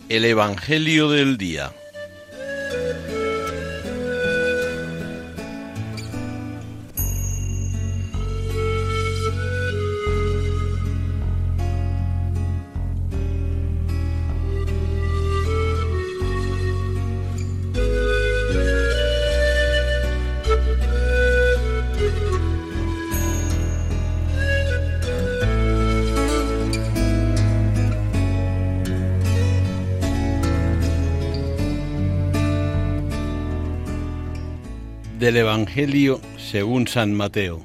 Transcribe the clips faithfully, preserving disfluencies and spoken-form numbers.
El Evangelio del día. Del Evangelio según San Mateo.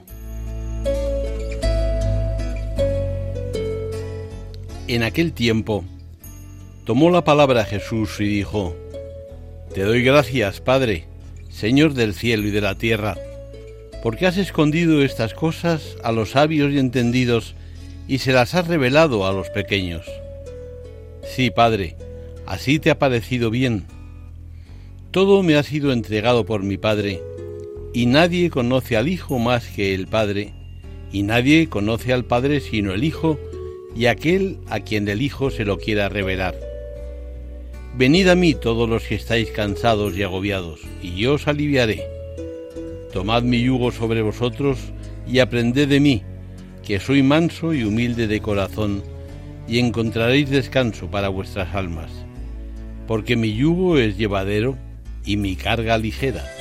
En aquel tiempo tomó la palabra Jesús y dijo: Te doy gracias, Padre, Señor del cielo y de la tierra, porque has escondido estas cosas a los sabios y entendidos y se las has revelado a los pequeños. Sí, Padre, así te ha parecido bien. Todo me ha sido entregado por mi Padre, y nadie conoce al Hijo más que el Padre, y nadie conoce al Padre sino el Hijo y aquel a quien el Hijo se lo quiera revelar. Venid a mí todos los que estáis cansados y agobiados, y yo os aliviaré. Tomad mi yugo sobre vosotros y aprended de mí, que soy manso y humilde de corazón, y encontraréis descanso para vuestras almas, porque mi yugo es llevadero y mi carga ligera.